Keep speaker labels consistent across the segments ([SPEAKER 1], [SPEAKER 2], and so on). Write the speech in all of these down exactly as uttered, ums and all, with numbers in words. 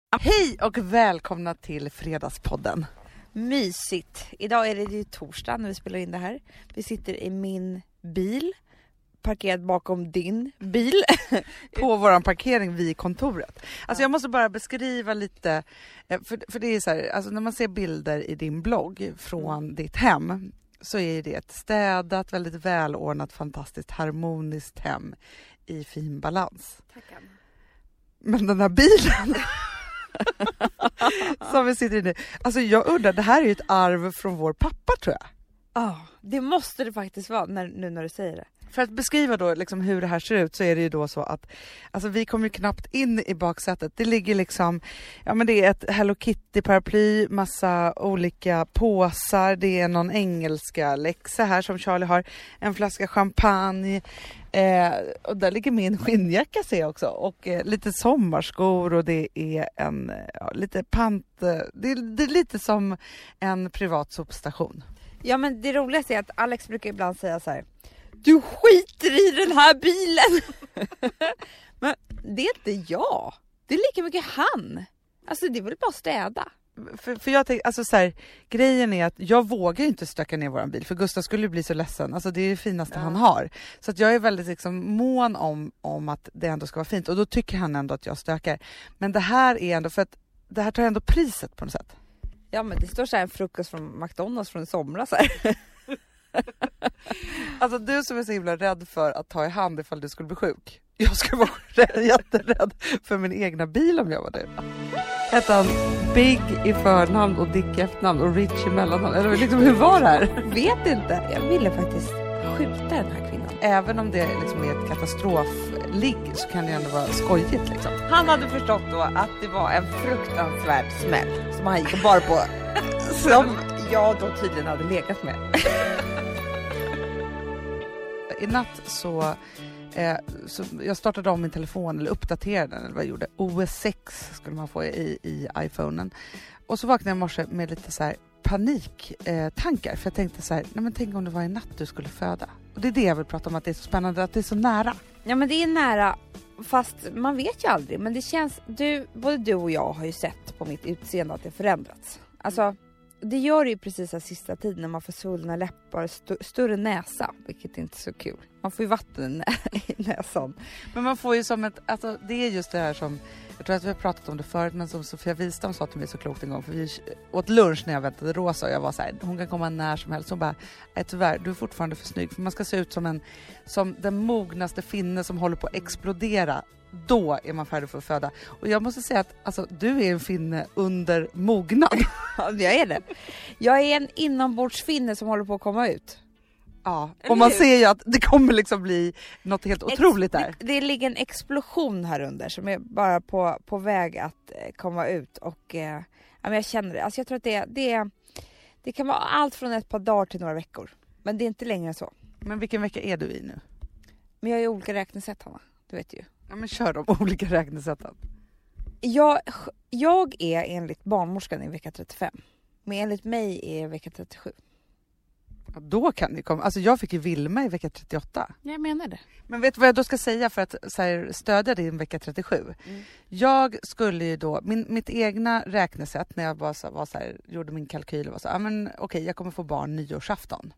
[SPEAKER 1] Hej och välkomna till Fredagspodden.
[SPEAKER 2] Mysigt. Idag är det ju torsdag när vi spelar in det här. Vi sitter i min bil, parkerad bakom din bil.
[SPEAKER 1] På våran parkering vid kontoret. Alltså jag måste bara beskriva lite, för, för det är så här, alltså när man ser bilder i din blogg från mm. ditt hem, så är det ett städat, väldigt välordnat, fantastiskt harmoniskt hem i fin balans.
[SPEAKER 2] Tackar.
[SPEAKER 1] Men den här bilen som vi sitter i nu, alltså jag undrar, det här är ju ett arv från vår pappa, tror jag.
[SPEAKER 2] Ja, oh, det måste det faktiskt vara när, nu när du säger det.
[SPEAKER 1] För att beskriva då liksom hur det här ser ut, så är det ju då så att alltså vi kommer ju knappt in i baksätet. Det ligger liksom, ja men det är ett Hello Kitty paraply, massa olika påsar, det är någon engelska läxa här som Charlie har, en flaska champagne, eh, och där ligger min skinnjacka, ser jag också, och eh, lite sommarskor, och det är en ja, lite pant, det är, det är lite som en privat sopstation.
[SPEAKER 2] Ja, men det roligaste är att Alex brukar ibland säga så här: du skiter i den här bilen. Men det är inte jag. Det är lika mycket han. Alltså det är väl bara städa.
[SPEAKER 1] För, för jag tänker, alltså så här, grejen är att jag vågar ju inte stöka ner våran bil, för Gustav skulle bli så ledsen. Alltså det är det finaste ja. han har. Så att jag är väldigt liksom mån om, om att det ändå ska vara fint. Och då tycker han ändå att jag stökar. Men det här är ändå, för att det här tar ändå priset på något sätt.
[SPEAKER 2] Ja, men det står så här en frukost från McDonalds från somras här.
[SPEAKER 1] Alltså du som är så himla rädd för att ta i hand ifall du skulle bli sjuk. Jag skulle vara rädd, jätterädd för min egna bil om jag var du. Hette han Big i förnamn och Dick i efternamn och Rich i mellannamn? Eller liksom, hur var det här?
[SPEAKER 2] Vet inte. Jag ville faktiskt skjuta den här kvinnan.
[SPEAKER 1] Även om det liksom är ett katastrofligg, så kan det ändå vara skojigt liksom.
[SPEAKER 2] Han hade förstått då att det var en fruktansvärd smäll som han gick och bar på. Som jag då tydligen hade legat med.
[SPEAKER 1] I natt så, eh, så jag startade om min telefon, eller uppdaterade den, eller vad jag gjorde. O S sex skulle man få i, i iPhonen. Och så vaknade jag i morse med lite så här paniktankar. Eh, för jag tänkte så här, nej men tänk om det var i natt du skulle föda. Och det är det jag vill prata om, att det är så spännande, att det är så nära.
[SPEAKER 2] Ja, men det är nära, fast man vet ju aldrig. Men det känns, du, både du och jag har ju sett på mitt utseende att det förändrats. Alltså, det gör det ju precis här sista tiden när man får svullna läppar, st- större näsa, vilket är inte så kul. Man får ju vatten i näsan.
[SPEAKER 1] Men man får ju som ett, alltså det är just det här som, jag tror att vi har pratat om det förut, men som Sofia Wistam sa till mig så klokt en gång, för vi åt lunch när jag väntade Rosa och jag var så här, hon kan komma när som helst. Hon bara, nej tyvärr, du är fortfarande för snygg, för man ska se ut som en, som den mognaste finne som håller på att explodera. Då är man färdig för att föda. Och jag måste säga att alltså, du är en finne under mognad.
[SPEAKER 2] Ja, jag är det. Jag är en inombordsfinne som håller på att komma ut.
[SPEAKER 1] Ja, och man ser ju att det kommer liksom bli något helt
[SPEAKER 2] Ex-
[SPEAKER 1] otroligt där.
[SPEAKER 2] Det, det ligger en explosion här under som är bara på, på väg att eh, komma ut. Och eh, ja, men jag känner det. Alltså jag tror att det, det, det kan vara allt från ett par dagar till några veckor. Men det är inte längre så.
[SPEAKER 1] Men vilken vecka är du i nu?
[SPEAKER 2] Men jag har ju olika räknesätt, Hanna. Du vet ju.
[SPEAKER 1] Ja, men kör de olika räknesätten.
[SPEAKER 2] Jag, jag är enligt barnmorskan i vecka trettiofem. Men enligt mig är vecka trettiosju.
[SPEAKER 1] Ja, då kan ni komma. Alltså jag fick ju Vilma i vecka trettioåtta.
[SPEAKER 2] Jag menar det.
[SPEAKER 1] Men vet du vad jag då ska säga för att så här, stödja din vecka trettiosju? Mm. Jag skulle ju då, min, mitt egna räknesätt när jag var så, var så här, gjorde min kalkyl och var så, ja men okej, okay, jag kommer få barn nyårsafton.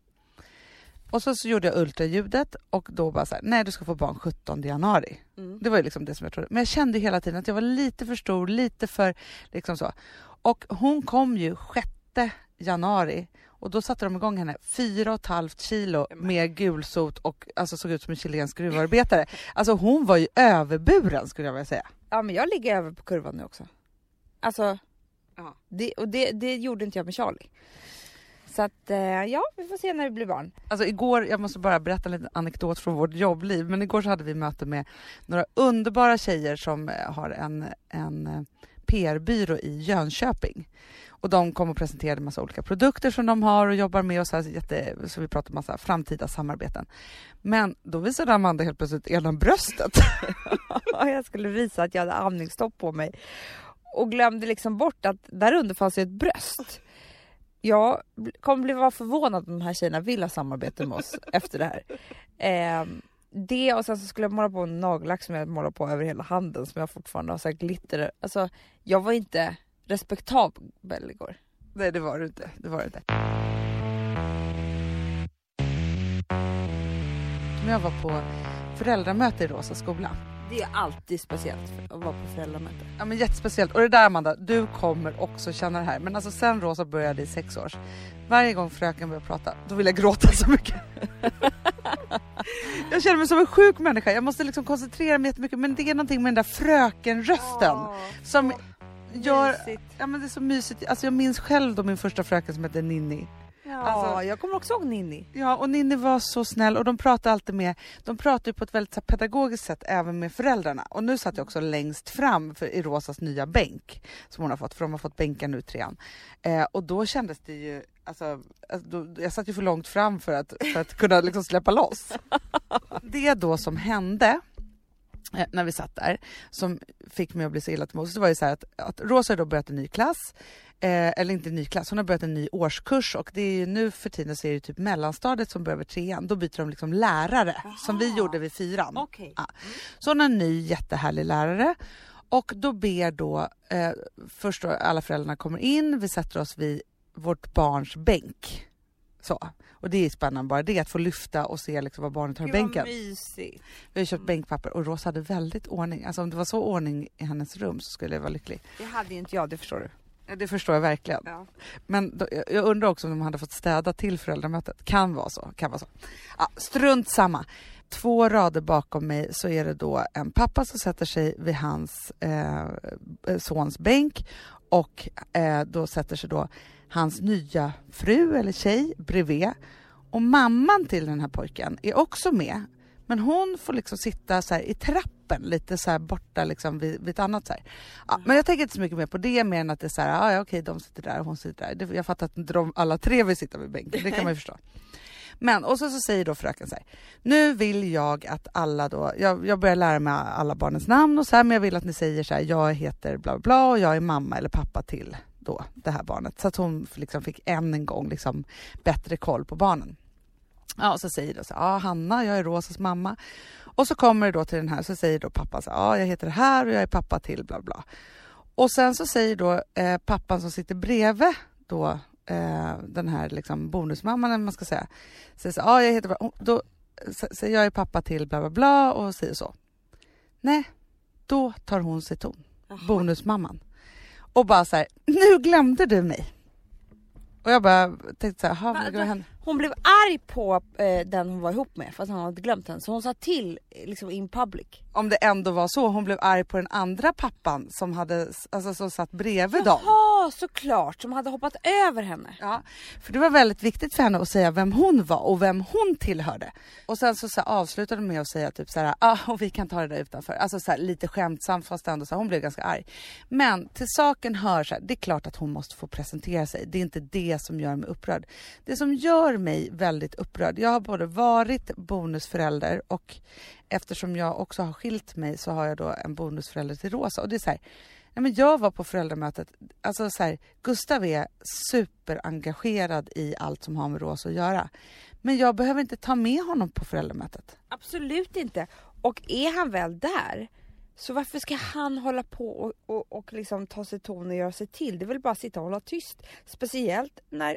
[SPEAKER 1] Och så, så gjorde jag ultraljudet och då bara så här, nej du ska få barn sjuttonde januari. Mm. Det var ju liksom det som jag trodde. Men jag kände hela tiden att jag var lite för stor, lite för liksom så. Och hon kom ju sjätte januari och då satte de igång henne fyra och ett halvt kilo med gulsot och alltså såg ut som en chilensk gruvarbetare. Alltså hon var ju överburen skulle jag vilja säga.
[SPEAKER 2] Ja, men jag ligger över på kurvan nu också. Alltså, ja. det, och det, det gjorde inte jag med Charlie. Så att, ja, vi får se när det blir barn.
[SPEAKER 1] Alltså igår, jag måste bara berätta en liten anekdot från vårt jobbliv. Men igår så hade vi möte med några underbara tjejer som har en, en P R-byrå i Jönköping. Och de kom och presenterade en massa olika produkter som de har och jobbar med. Och så, här, jätte, så vi pratade om massa framtida samarbeten. Men då visade Amanda helt plötsligt ena bröstet.
[SPEAKER 2] Jag skulle visa att jag hade amningsstopp på mig. Och glömde liksom bort att där under fanns ett bröst. Jag kommer bli vara förvånad om de här tjejerna vill ha samarbete med oss efter det här. Eh, det och sen så skulle jag måla på en nagellack som jag målar på över hela handen som jag fortfarande har så här glitter. Alltså jag var inte respektabel igår.
[SPEAKER 1] Nej, det var det inte. Det var det inte. Jag var på föräldramöte i Rosa skola.
[SPEAKER 2] Det är alltid speciellt att vara på föräldramöte.
[SPEAKER 1] Ja, men jättespeciellt. Och det där, Amanda, du kommer också känna det här. Men alltså sen Rosa började i sex års. Varje gång fröken börjar prata, då vill jag gråta så mycket. Jag känner mig som en sjuk människa. Jag måste liksom koncentrera mig jättemycket. Men det är någonting med den där frökenrösten. Oh, som gör... Ja, men det är så mysigt. Alltså jag minns själv då min första fröken som hette Ninni.
[SPEAKER 2] Ja, alltså, jag kommer också ihåg Ninni.
[SPEAKER 1] Ja, och Ninni var så snäll och de pratade alltid med, de pratade ju på ett väldigt så här, pedagogiskt sätt även med föräldrarna. Och nu satt jag också längst fram för, i Rosas nya bänk som hon har fått, för de har fått bänka nu trean. Eh, och då kändes det ju, alltså, alltså då, jag satt ju för långt fram för att, för att kunna liksom släppa loss. Det då som hände eh, när vi satt där, som fick mig att bli så illa till mods, det var ju så här att, att Rosa då börjat en ny klass. Eh, eller inte en ny klass, hon har börjat en ny årskurs och det är ju nu för tiden så är det typ mellanstadiet som börjar trean. Då byter de liksom lärare. Aha. Som vi gjorde vid fyran.
[SPEAKER 2] Okay.
[SPEAKER 1] Ja. Så hon har en ny jättehärlig lärare och då ber då eh, först då alla föräldrarna kommer in, vi sätter oss vid vårt barns bänk. Så. Och det är spännande bara det att få lyfta och se liksom vad barnet har i bänken.
[SPEAKER 2] Mysigt.
[SPEAKER 1] Vi har köpt bänkpapper och Rosa hade väldigt ordning. Alltså om det var så ordning i hennes rum så skulle jag vara lycklig.
[SPEAKER 2] Det hade ju inte jag, det förstår du.
[SPEAKER 1] Ja, det förstår jag verkligen. Ja. Men då, jag undrar också om de hade fått städa till föräldramötet. Kan vara så, kan vara så. Ja, strunt samma. Två rader bakom mig så är det då en pappa som sätter sig vid hans eh, sons bänk och eh, då sätter sig då hans nya fru eller tjej bredvid. Och mamman till den här pojken är också med. Men hon får liksom sitta så här i trappen lite så här borta liksom vid, vid ett annat så här. Ja, men jag tänker inte så mycket mer på det mer än att det är så här, ja okej, de sitter där och hon sitter där. Jag fattar att de alla tre vill sitta vid bänken, det kan man ju förstå. Men och så, så säger då fröken så här, nu vill jag att alla då, jag, jag börjar lära mig alla barnens namn och så här, men jag vill att ni säger så här, jag heter bla bla och jag är mamma eller pappa till då det här barnet. Så att hon liksom fick än en gång liksom bättre koll på barnen. Ja, och så säger då så ja Hanna, jag är Rosas mamma. Och så kommer det då till den här, så säger då pappa så ja jag heter det här och jag är pappa till bla bla. Och sen så säger då eh, pappan som sitter bredvid då eh, den här liksom bonusmamman eller man ska säga. Säger så ja jag heter då säger jag är pappa till bla bla bla och säger så. Nej, då tar hon sig ton. Aha. Bonusmamman. Och bara så här, nu glömde du mig. Och jag bara tänkte så här, vad vad hände?
[SPEAKER 2] Hon blev arg på eh, den hon var ihop med för att han hade glömt henne. Så hon sa till liksom in public.
[SPEAKER 1] Om det ändå var så, hon blev arg på den andra pappan som hade alltså som satt bredvid
[SPEAKER 2] Jaha,
[SPEAKER 1] dem.
[SPEAKER 2] Ja, såklart, som hade hoppat över henne.
[SPEAKER 1] Ja, för det var väldigt viktigt för henne att säga vem hon var och vem hon tillhörde. Och sen så, så här, avslutade de med att säga typ så här, ah, och vi kan ta det där utanför. Alltså så här, lite skämtsamt fast ändå så här, hon blev ganska arg. Men till saken hör så här, det är klart att hon måste få presentera sig. Det är inte det som gör mig upprörd. Det som gör mig väldigt upprörd, jag har både varit bonusförälder och eftersom jag också har skilt mig så har jag då en bonusförälder till Rosa. Och det är så här, nej men jag var på föräldramötet, alltså så här, Gustav är superengagerad i allt som har med Rosa att göra. Men jag behöver inte ta med honom på föräldramötet.
[SPEAKER 2] Absolut inte. Och är han väl där, så varför ska han hålla på och, och, och liksom ta sig ton och göra sig till? Det vill bara sitta och hålla tyst. Speciellt när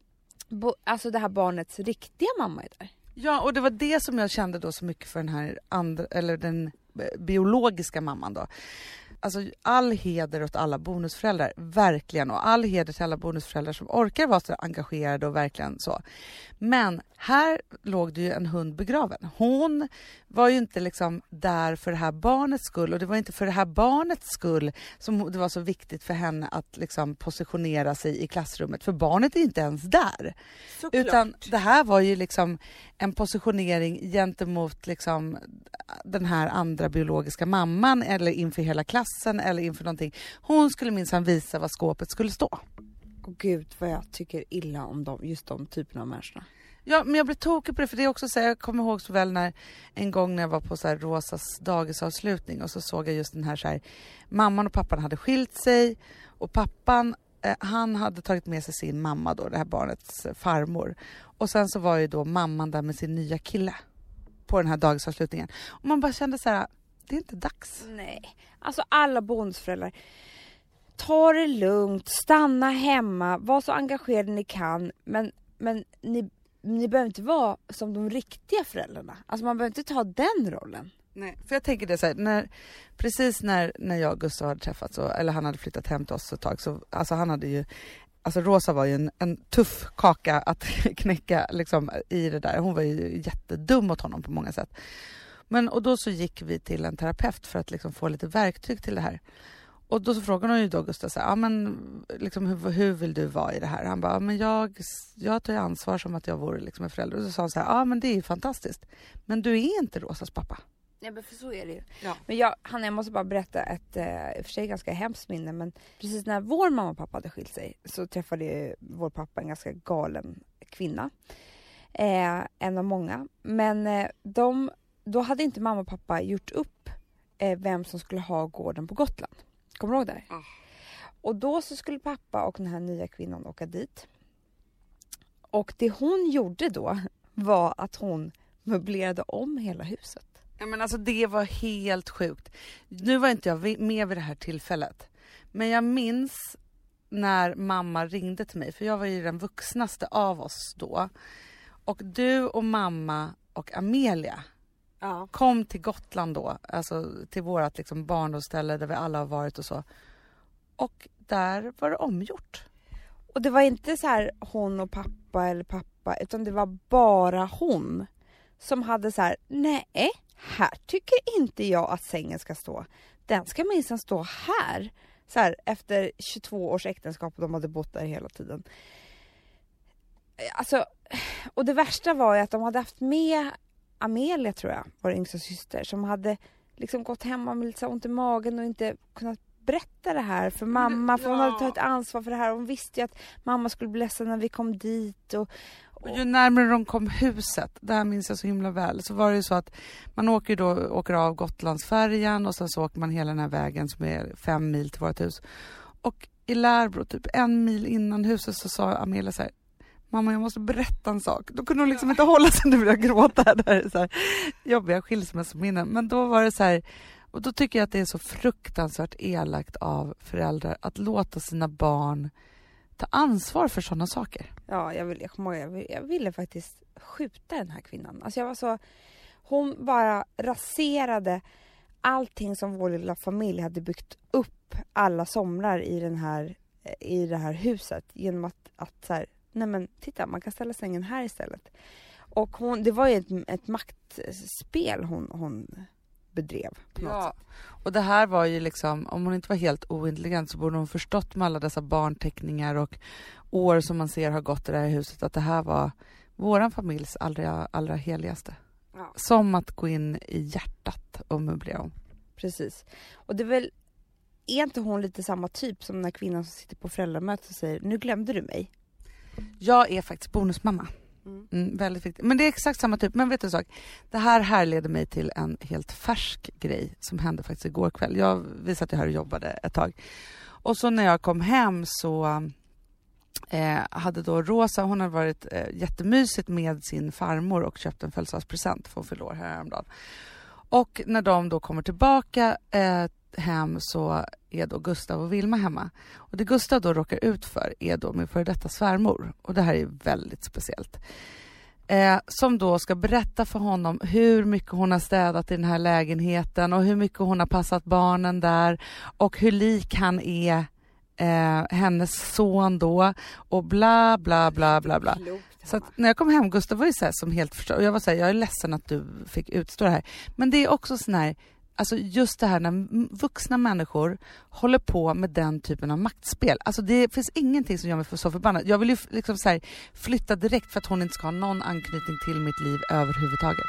[SPEAKER 2] bo, alltså det här barnets riktiga mamma är där.
[SPEAKER 1] Ja, och det var det som jag kände då så mycket för den här andra, eller den biologiska mamman då. Alltså all heder åt alla bonusföräldrar, verkligen. Och all heder till alla bonusföräldrar som orkar vara så engagerade och verkligen så. Men här låg det ju en hund begraven. Hon var ju inte liksom där för det här barnets skull. Och det var inte för det här barnets skull som det var så viktigt för henne att liksom positionera sig i klassrummet. För barnet är inte ens där.
[SPEAKER 2] Såklart.
[SPEAKER 1] Utan det här var ju liksom en positionering gentemot liksom den här andra biologiska mamman eller inför hela klassen eller inför någonting. Hon skulle minsann visa vad skåpet skulle stå.
[SPEAKER 2] Och gud vad jag tycker illa om dem, just de typerna av människorna.
[SPEAKER 1] Ja, men jag blev tokig på det, för det är också så här, jag kommer ihåg så väl när en gång när jag var på så här Rosas dagisavslutning och så såg jag just den här så här, mamman och pappan hade skilt sig och pappan eh, han hade tagit med sig sin mamma då, det här barnets farmor. Och sen så var ju då mamman där med sin nya kille. på den här dagisavslutningen. Och man bara kände så här, det är inte dags.
[SPEAKER 2] Nej, alltså alla bonusföräldrar. Ta det lugnt, stanna hemma, var så engagerade ni kan. Men, men ni, ni behöver inte vara som de riktiga föräldrarna. Alltså man behöver inte ta den rollen.
[SPEAKER 1] Nej, för jag tänker det så här, när, precis när, när jag och Gustav hade träffats, så, eller han hade flyttat hem till oss ett tag, så alltså han hade ju, alltså Rosa var ju en, en tuff kaka att knäcka liksom, i det där. Hon var ju jättedum mot honom på många sätt. Men, och då så gick vi till en terapeut för att liksom få lite verktyg till det här. Och då så frågade hon ju då Gustav så här, ja men liksom, hur, hur vill du vara i det här? Han bara, ja, men jag, jag tar ansvar som att jag vore liksom en förälder. Och så sa han så här, ja men det är ju fantastiskt. Men du är inte Rosas pappa.
[SPEAKER 2] Ja, men för så är det ju.
[SPEAKER 1] Ja.
[SPEAKER 2] Men jag, Hanna, jag måste bara berätta ett eh, i och för sig ganska hemskt minne. Men precis när vår mamma och pappa hade skilt sig så träffade ju vår pappa en ganska galen kvinna. Eh, en av många. Men eh, de, då hade inte mamma och pappa gjort upp eh, vem som skulle ha gården på Gotland. Kommer du ihåg det? Oh. Och då så skulle pappa och den här nya kvinnan åka dit. Och det hon gjorde då var att hon möblerade om hela huset.
[SPEAKER 1] Ja, men alltså det var helt sjukt. Nu var inte jag med vid det här tillfället. Men jag minns när mamma ringde till mig. För jag var ju den vuxnaste av oss då. Och du och mamma och Amelia ja. kom till Gotland då. Alltså till vårat liksom barndomsställe där vi alla har varit och så. Och där var det omgjort.
[SPEAKER 2] Och det var inte så här hon och pappa eller pappa. Utan det var bara hon. Som hade så här, nej, här tycker inte jag att sängen ska stå. Den ska minst stå här. Så här, efter tjugotvå års äktenskap och de hade bott där hela tiden. Alltså, och det värsta var ju att de hade haft med Amelia, tror jag, vår yngsta syster. Som hade liksom gått hemma med lite så ont i magen och inte kunnat berätta det här för mamma. För hon hade tagit ansvar för det här. Hon visste ju att mamma skulle bli ledsen när vi kom dit och...
[SPEAKER 1] Och ju närmare de kom huset, det här minns jag så himla väl, så var det ju så att man åker då åker av Gotlandsfärjan och sen så åker man hela den här vägen som är fem mil till vårt hus. Och i Lärbro, typ en mil innan huset, så sa Amelia så här, mamma jag måste berätta en sak. Då kunde hon liksom inte hålla sig, nu vill jag gråta. Där så här jobbiga skilsmässominnen. Men då var det så här, och då tycker jag att det är så fruktansvärt elakt av föräldrar att låta sina barn ta ansvar för sådana saker.
[SPEAKER 2] Ja, jag, vill, jag, kommer ihåg, jag, vill, jag ville faktiskt skjuta den här kvinnan. Alltså jag var så... Hon bara raserade allting som vår lilla familj hade byggt upp alla somrar i, den här, i det här huset. Genom att, att så här, nej men titta, man kan ställa sängen här istället. Och hon, det var ju ett, ett maktspel hon... hon bedrev på något ja. sätt.
[SPEAKER 1] Och det här var ju liksom, om hon inte var helt ointelligent så borde hon förstått med alla dessa barnteckningar och år som man ser har gått i det här huset att det här var våran familjs allra, allra heligaste. Ja. Som att gå in i hjärtat och möblera om.
[SPEAKER 2] Precis. Och det är väl, är inte hon lite samma typ som den här kvinnan som sitter på föräldramötet och säger, nu glömde du mig?
[SPEAKER 1] Jag är faktiskt bonusmamma. Mm. Mm, väldigt viktigt. Men det är exakt samma typ. Men vet du en sak? Det här härleder mig till en helt färsk grej som hände faktiskt igår kväll. Jag visade att jag här och jobbade ett tag. Och så när jag kom hem så eh, hade då Rosa, hon hade varit eh, jättemysigt med sin farmor och köpt en födelsedagspresent för att fylla år häromdagen. Och när de då kommer tillbaka eh, hem så är då Gustav och Vilma hemma. Och det Gustav då råkar ut för är då min före detta svärmor. Och det här är väldigt speciellt. Eh, som då ska berätta för honom hur mycket hon har städat i den här lägenheten och hur mycket hon har passat barnen där och hur lik han är eh, hennes son då och bla bla bla bla bla. Så att när jag kom hem, Gustav var ju så här som helt förstörd. Och jag var så här, jag är ledsen att du fick utstå det här. Men det är också sån här, alltså just det här när vuxna människor håller på med den typen av maktspel. Alltså det finns ingenting som gör mig för så förbannad. Jag vill ju liksom så här flytta direkt för att hon inte ska ha någon anknytning till mitt liv överhuvudtaget.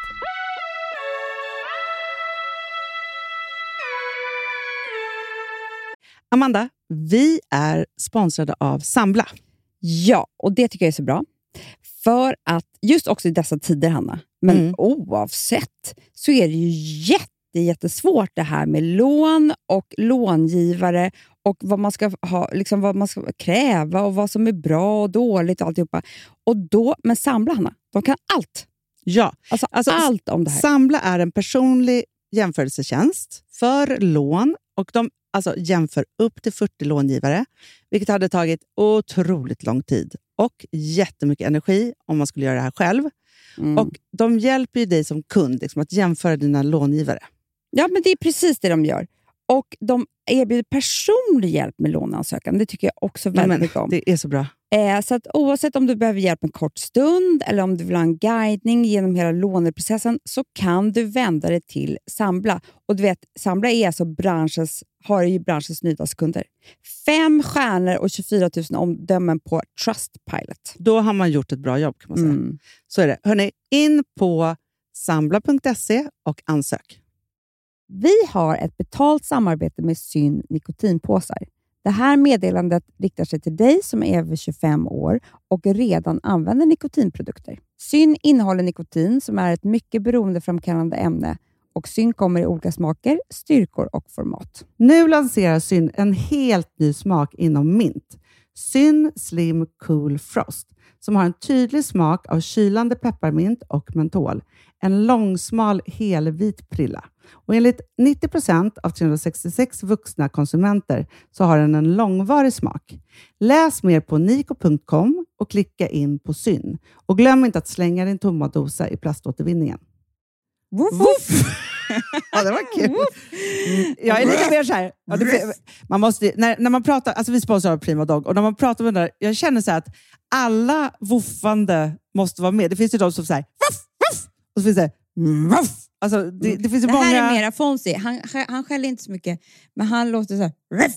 [SPEAKER 3] Amanda, vi är sponsrade av Sambla.
[SPEAKER 2] Ja, och det tycker jag är så bra. För att just också i dessa tider, Hanna, men mm. oavsett så är det ju jätte Det är jättesvårt det här med lån och långivare och vad man ska ha, liksom vad man ska kräva och vad som är bra och dåligt och alltihopa. Och då, men Sambla, Hanna, de kan allt.
[SPEAKER 3] Ja,
[SPEAKER 2] Alltså,
[SPEAKER 3] alltså
[SPEAKER 2] allt om det här.
[SPEAKER 3] Sambla är en personlig jämförelsetjänst för lån och de alltså, jämför upp till fyrtio långivare, vilket hade tagit otroligt lång tid och jättemycket energi om man skulle göra det här själv.
[SPEAKER 2] Mm.
[SPEAKER 3] Och de hjälper ju dig som kund liksom, att jämföra dina långivare.
[SPEAKER 2] Ja, men det är precis det de gör. Och de erbjuder personlig hjälp med låneansökan. Det tycker jag också väldigt
[SPEAKER 3] Nej, men,
[SPEAKER 2] mycket om.
[SPEAKER 3] Det är så bra.
[SPEAKER 2] Eh, så att oavsett om du behöver hjälp en kort stund eller om du vill ha en guidning genom hela låneprocessen så kan du vända dig till Sambla. Och du vet, Sambla är alltså branschens, har ju branschens nyaste kunder. Fem stjärnor och tjugofyra tusen omdömen på Trustpilot.
[SPEAKER 3] Då har man gjort ett bra jobb kan man säga.
[SPEAKER 2] Mm.
[SPEAKER 3] Så är det. Hörrni, in på sambla punkt se och ansök.
[SPEAKER 2] Vi har ett betalt samarbete med Syn nikotinpåsar. Det här meddelandet riktar sig till dig som är över tjugofem år och redan använder nikotinprodukter. Syn innehåller nikotin som är ett mycket beroendeframkallande ämne och Syn kommer i olika smaker, styrkor och format.
[SPEAKER 3] Nu lanserar Syn en helt ny smak inom mint. Syn Slim Cool Frost som har en tydlig smak av kylande pepparmint och mentol. En långsmal helvit prilla. Och enligt nittio procent av trehundrasextiosex vuxna konsumenter så har den en långvarig smak. Läs mer på niko punkt com och klicka in på Syn. Och glöm inte att slänga din tomma dosa i plaståtervinningen.
[SPEAKER 2] Woof, woof.
[SPEAKER 3] Ja, det var kul. Mm, jag är lite mer så här. Ja, det, man måste, när, när man pratar, alltså vi sponsrar av Prima Dog och när man pratar med den där, jag känner så här att alla woofande måste vara med. Det finns ju de som säger woof, woof, och så finns det woof. Alltså det, det finns ju
[SPEAKER 2] det
[SPEAKER 3] många.
[SPEAKER 2] här är mera Fonzie. Han, han skäller inte så mycket, men han låter så här. Woof,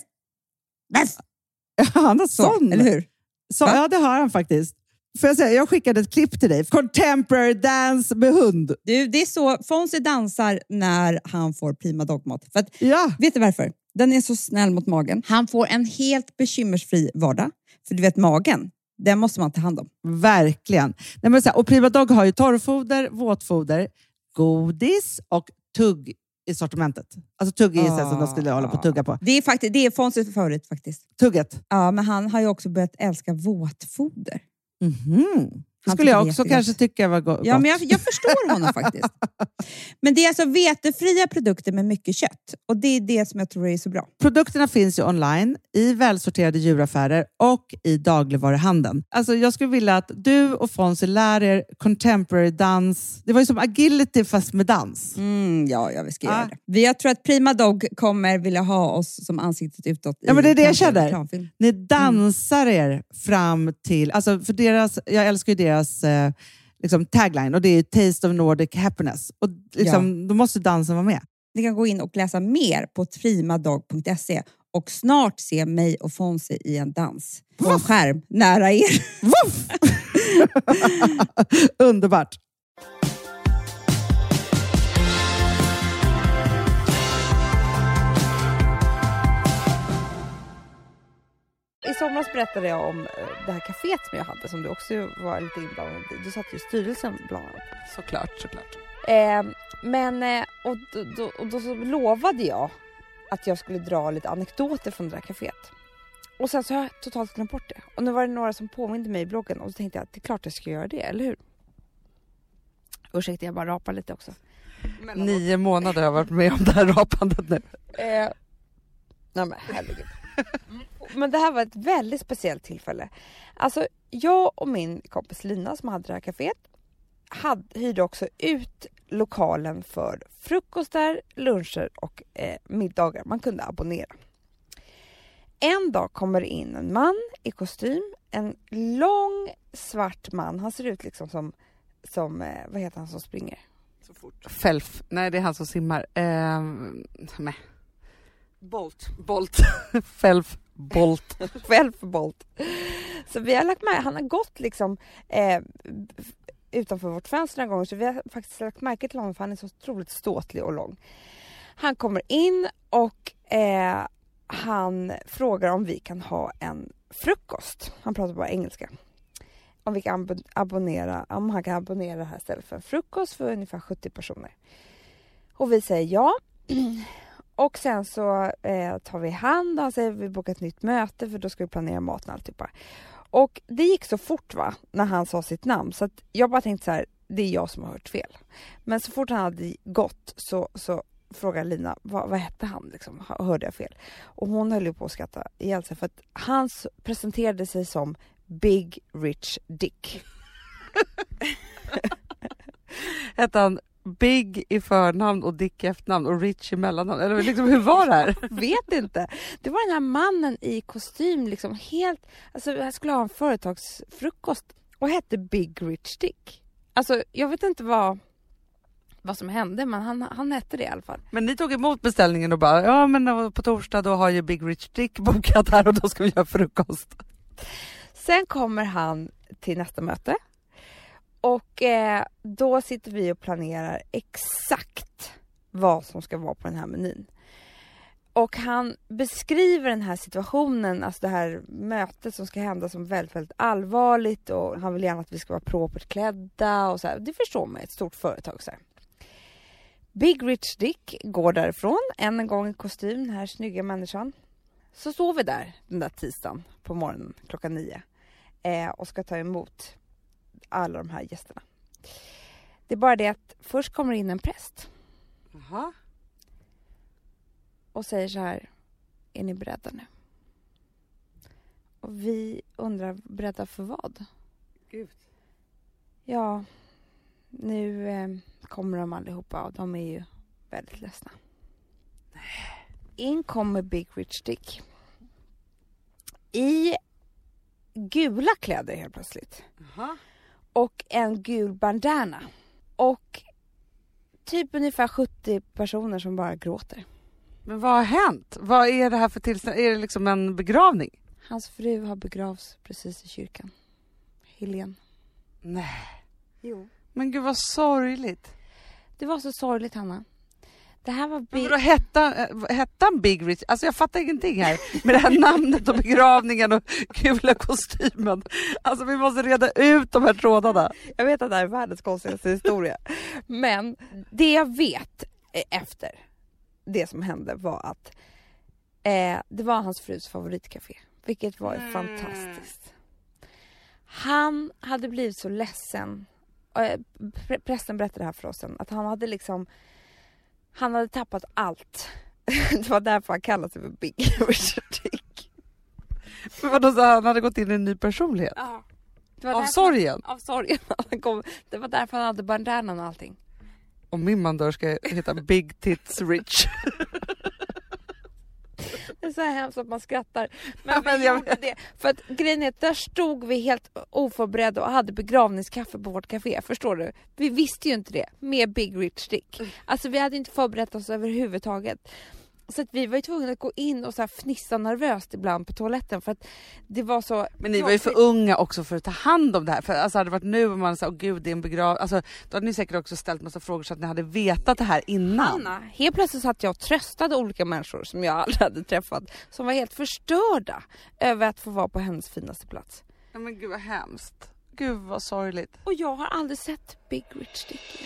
[SPEAKER 2] woof.
[SPEAKER 3] Han har sån.
[SPEAKER 2] Eller hur?
[SPEAKER 3] Så, ja, det har han faktiskt. Får jag säga, jag skickade ett klipp till dig. Contemporary dance med hund.
[SPEAKER 2] Du, det är så Fonzie dansar när han får Prima Dog-mat. För att,
[SPEAKER 3] Ja.
[SPEAKER 2] vet du varför? Den är så snäll mot magen. Han får en helt bekymmersfri vardag. För du vet, magen, den måste man ta hand om.
[SPEAKER 3] Verkligen. Nej, men så här, och Prima Dog har ju torrfoder, våtfoder, godis och tugg i sortimentet. Alltså tugg är ah. som de skulle hålla på att tugga på.
[SPEAKER 2] Det är, faktiskt, det är Fonzies favorit faktiskt.
[SPEAKER 3] Tugget.
[SPEAKER 2] Ja, men han har ju också börjat älska våtfoder.
[SPEAKER 3] Mhm. Det skulle jag också kanske tycka var go- gott.
[SPEAKER 2] Ja, men jag, jag förstår honom faktiskt. Men det är alltså vetefria produkter med mycket kött. Och det är det som jag tror är så bra.
[SPEAKER 3] Produkterna finns ju online, i välsorterade djuraffärer och i dagligvaruhandeln. Alltså jag skulle vilja att du och Fonzie lär er contemporary dans. Det var ju som agility fast med dans.
[SPEAKER 2] Mm, ja, ja, vi ska
[SPEAKER 3] ah.
[SPEAKER 2] göra det. Vi, jag tror att Prima Dog kommer vilja ha oss som ansiktet utåt.
[SPEAKER 3] Ja, men det är det jag känner.
[SPEAKER 2] Reklamfilm.
[SPEAKER 3] Ni dansar mm. er fram till... Alltså för deras, jag älskar ju deras eh, liksom tagline och det är Taste of Nordic Happiness. Och liksom, ja. Då måste dansen vara med.
[SPEAKER 2] Ni kan gå in och läsa mer på primadog punkt se och snart se mig och Fonzie i en dans på en skärm nära er.
[SPEAKER 3] Underbart.
[SPEAKER 2] I somras berättade jag om det här kaféet som jag hade som du också var lite inblandad i. Du satt ju i styrelsen bland annat.
[SPEAKER 1] Såklart, såklart.
[SPEAKER 2] Eh, men, eh, och, då, då, och då så lovade jag att jag skulle dra lite anekdoter från det där kaféet. Och sen så har jag totalt glömt bort det. Och nu var det några som påminde mig i bloggen och så tänkte jag att det är klart jag ska göra det, eller hur? Ursäkta, jag bara rapar lite också.
[SPEAKER 1] Men, Nio månader har jag varit med om det här rapandet nu.
[SPEAKER 2] Eh, nej men herregud. Men det här var ett väldigt speciellt tillfälle. Alltså jag och min kompis Lina som hade det här kaféet hade, hyrde också ut lokalen för frukostar, luncher och eh, middagar. Man kunde abonnera. En dag kommer in en man i kostym. En lång svart man. Han ser ut liksom som, som eh, vad heter han som springer?
[SPEAKER 1] Så fort. Felf. Nej, det är han som simmar. Eh, nej. Bolt. Bolt. Felf. Bolt.
[SPEAKER 2] Felf Bolt. Så vi har lagt med, han har gått liksom eh, utanför vårt fönster några gånger, så vi har faktiskt lagt märke till honom för han är så otroligt ståtlig och lång. Han kommer in och eh, han frågar om vi kan ha en frukost. Han pratar bara engelska. Om vi kan ab- abonnera, om han kan abonnera det här stället för en frukost för ungefär sjuttio personer. Och vi säger ja. Och sen så eh, tar vi hand och han säger vi bokar ett nytt möte för då ska vi planera maten och alltihopa. Och det gick så fort va, när han sa sitt namn. Så att jag bara tänkte så här, det är jag som har hört fel. Men så fort han hade gått så, så frågade Lina, vad, vad hette han liksom? Hörde jag fel? Och hon höll ju på att skratta ihjäl sig för att han presenterade sig som Big Rich Dick.
[SPEAKER 1] Hette han Big i förnamn och Dick i efternamn och Rich i mellannamn? Eller liksom, hur var det här?
[SPEAKER 2] Vet inte. Det var den här mannen i kostym liksom helt, alltså jag skulle ha en företagsfrukost och hette Big Rich Dick. Alltså jag vet inte vad vad som hände, men han, han hette det i alla fall.
[SPEAKER 1] Men ni tog emot beställningen och bara, ja men på torsdag då har ju Big Rich Dick bokat här och då ska vi göra frukost.
[SPEAKER 2] Sen kommer han till nästa möte. Och eh, då sitter vi och planerar exakt vad som ska vara på den här menyn. Och han beskriver den här situationen, alltså det här mötet som ska hända som väldigt, väldigt allvarligt. Och han vill gärna att vi ska vara propert klädda och så här. Det förstår man, ett stort företag så här. Big Rich Dick går därifrån, än en gång i kostym, den här snygga människan. Så står vi där den där tisdagen på morgonen klockan nio eh, och ska ta emot alla de här gästerna. Det är bara det att först kommer in en präst.
[SPEAKER 1] Jaha.
[SPEAKER 2] Och säger så här, är ni beredda nu? Och vi undrar, beredda för vad?
[SPEAKER 1] Gud.
[SPEAKER 2] Ja, nu eh, kommer de allihopa och de är ju väldigt ledsna. In kommer Big Rich Dick. I gula kläder helt plötsligt.
[SPEAKER 1] Jaha.
[SPEAKER 2] Och en gul bandana. Och typ ungefär sjuttio personer som bara gråter.
[SPEAKER 1] Men vad har hänt? Vad är det här för tillstånd? Är det liksom en begravning?
[SPEAKER 2] Hans fru har begravts precis i kyrkan. Helene.
[SPEAKER 1] Nej.
[SPEAKER 2] Jo.
[SPEAKER 1] Men gud vad sorgligt.
[SPEAKER 2] Det var så sorgligt, Hanna. Det här var
[SPEAKER 1] Big... Men då hette, hette han Big Rich? Alltså jag fattar ingenting här. Med det här namnet och begravningen och gula kostymen. Alltså vi måste reda ut de här trådarna.
[SPEAKER 2] Jag vet att det här är världens konstigaste historia. Men det jag vet efter det som hände var att eh, det var hans frus favoritcafé. Vilket var mm. fantastiskt. Han hade blivit så ledsen. Eh, prästen berättade det här för oss sen. Att han hade liksom Han hade tappat allt. Det var därför han kallade sig för Big Rich Dick.
[SPEAKER 1] Men vadå, så han hade gått in i en ny personlighet?
[SPEAKER 2] Ja.
[SPEAKER 1] Av sorgen?
[SPEAKER 2] Han, av sorgen. Han kom, det var därför han hade bandanan och allting.
[SPEAKER 1] Om min man dör ska jag heta Big Tits Rich.
[SPEAKER 2] Det är så här hemskt att man skrattar. Men,
[SPEAKER 1] ja, men
[SPEAKER 2] vi
[SPEAKER 1] jag...
[SPEAKER 2] gjorde det. För att grejen är att där stod vi helt oförberedda och hade begravningskaffe på vårt café. Förstår du? Vi visste ju inte det. Med Big Rich Dick. Alltså vi hade inte förberett oss överhuvudtaget. Så att vi var ju tvungna att gå in och så här fnissa nervöst ibland på toaletten. För att det var så...
[SPEAKER 1] Men ni var ju för unga också för att ta hand om det här. För alltså hade det varit nu och man sa, åh gud det är en begravning. Alltså då hade ni säkert också ställt massa frågor så att ni hade vetat det här innan.
[SPEAKER 2] Hanna, helt plötsligt satt jag och tröstade olika människor som jag aldrig hade träffat. Som var helt förstörda över att få vara på hennes finaste plats.
[SPEAKER 1] Ja men gud vad hemskt. Gud vad sorgligt.
[SPEAKER 2] Och jag har aldrig sett Big Rich Dick igen.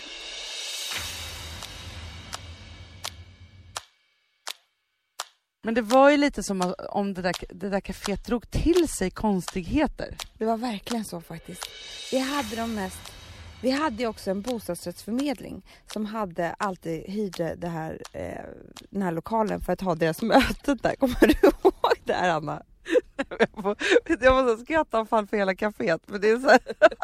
[SPEAKER 1] Men det var ju lite som om det där, det där kaféet drog till sig konstigheter.
[SPEAKER 2] Det var verkligen så faktiskt. Vi hade de mest... Vi hade också en bostadsrättsförmedling som hade alltid hyrde det här, eh, den här lokalen för att ha deras möten där. Kommer du ihåg det här, Anna?
[SPEAKER 1] Jag måste skratta fan för hela kaféet. Men det är så här...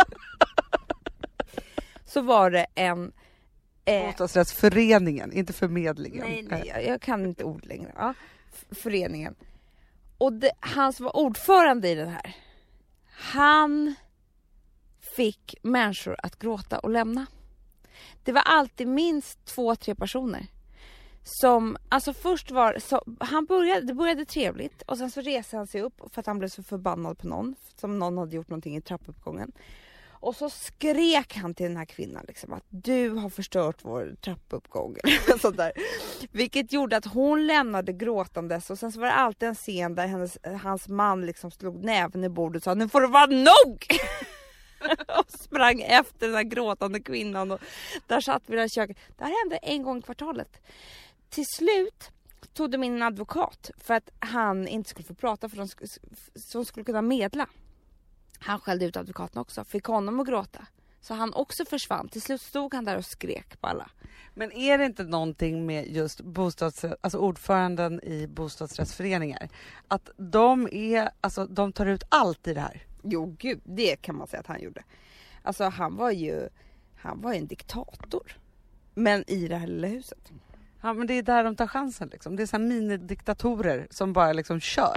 [SPEAKER 2] Så var det en...
[SPEAKER 1] Eh... Bostadsrättsföreningen, inte förmedlingen.
[SPEAKER 2] Nej, nej, jag, jag kan inte ord längre. Ja. Föreningen. Och det, han som var ordförande i den här, han fick människor att gråta och lämna. Det var alltid minst två, tre personer som, alltså först var så, han började, det började trevligt och sen så reste han sig upp för att han blev så förbannad på någon, som någon hade gjort någonting i trappuppgången. Och så skrek han till den här kvinnan liksom, att du har förstört vår trappuppgång. Sånt där. Vilket gjorde att hon lämnade gråtandes. Och sen så var det alltid en scen där hennes, hans man liksom slog näven i bordet och sa, nu får det vara nog! Och sprang efter den här gråtande kvinnan. Och där satt vi i köket. Det här hände en gång i kvartalet. Till slut tog de in en advokat för att han inte skulle få prata, för de skulle, så de skulle kunna medla. Han skällde ut advokaten också. Fick honom att gråta. Så han också försvann. Till slut stod han där och skrek på alla.
[SPEAKER 1] Men är det inte någonting med just bostads, alltså ordföranden i bostadsrättsföreningar? Att de är, alltså de tar ut allt i det här.
[SPEAKER 2] Jo gud, det kan man säga att han gjorde. Alltså han var ju, han var ju en diktator. Men i det här lilla huset.
[SPEAKER 1] Ja, men det är där de tar chansen liksom. Det är så här minidiktatorer som bara liksom kör.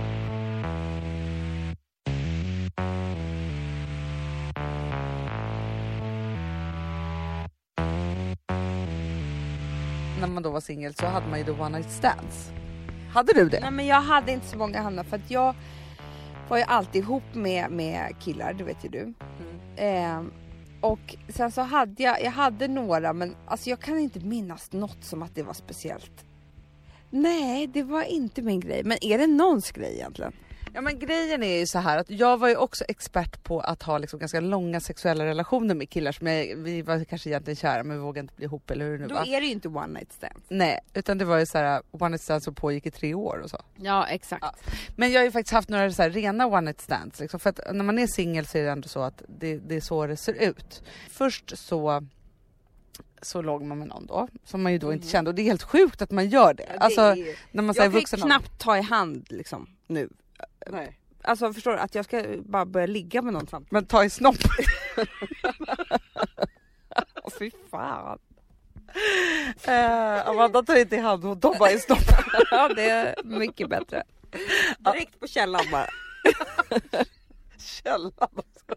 [SPEAKER 1] När man då var singel så hade man ju då one night stands. Hade du det?
[SPEAKER 2] Nej, men jag hade inte så många, Hanna, för att jag var ju alltid ihop med, med killar, det vet ju du. Mm. Eh, och sen så hade jag, jag hade några, men alltså jag kan inte minnas något som att det var speciellt. Nej, det var inte min grej. Men är det någons grej egentligen?
[SPEAKER 1] Ja, men grejen är ju så här att jag var ju också expert på att ha liksom ganska långa sexuella relationer med killar som jag, vi var kanske egentligen kära men vi vågade inte bli ihop eller hur det nu
[SPEAKER 2] Då
[SPEAKER 1] var.
[SPEAKER 2] är det ju inte one night stand.
[SPEAKER 1] Nej, utan det var ju så här one night stands som pågick i tre år och så.
[SPEAKER 2] Ja, exakt.
[SPEAKER 1] Ja. Men jag har ju faktiskt haft några så här rena one night stands liksom, för att när man är singel så är det ändå så att det, det är så det ser ut. Först så så låg man med någon då som man ju då mm. inte kände, och det är helt sjukt att man gör det. Ja, det alltså är... när man säger vuxen.
[SPEAKER 2] Jag kan knappt ta i hand liksom nu.
[SPEAKER 1] Nej.
[SPEAKER 2] Alltså förstår du att jag ska bara börja ligga med någon samtidigt.
[SPEAKER 1] Men ta i snopp.
[SPEAKER 2] Åh fy fan.
[SPEAKER 1] Eh, Amanda tar inte i hand och de bara i snopp.
[SPEAKER 2] Ja, det är mycket bättre. Direkt på källan bara.
[SPEAKER 1] Källan också.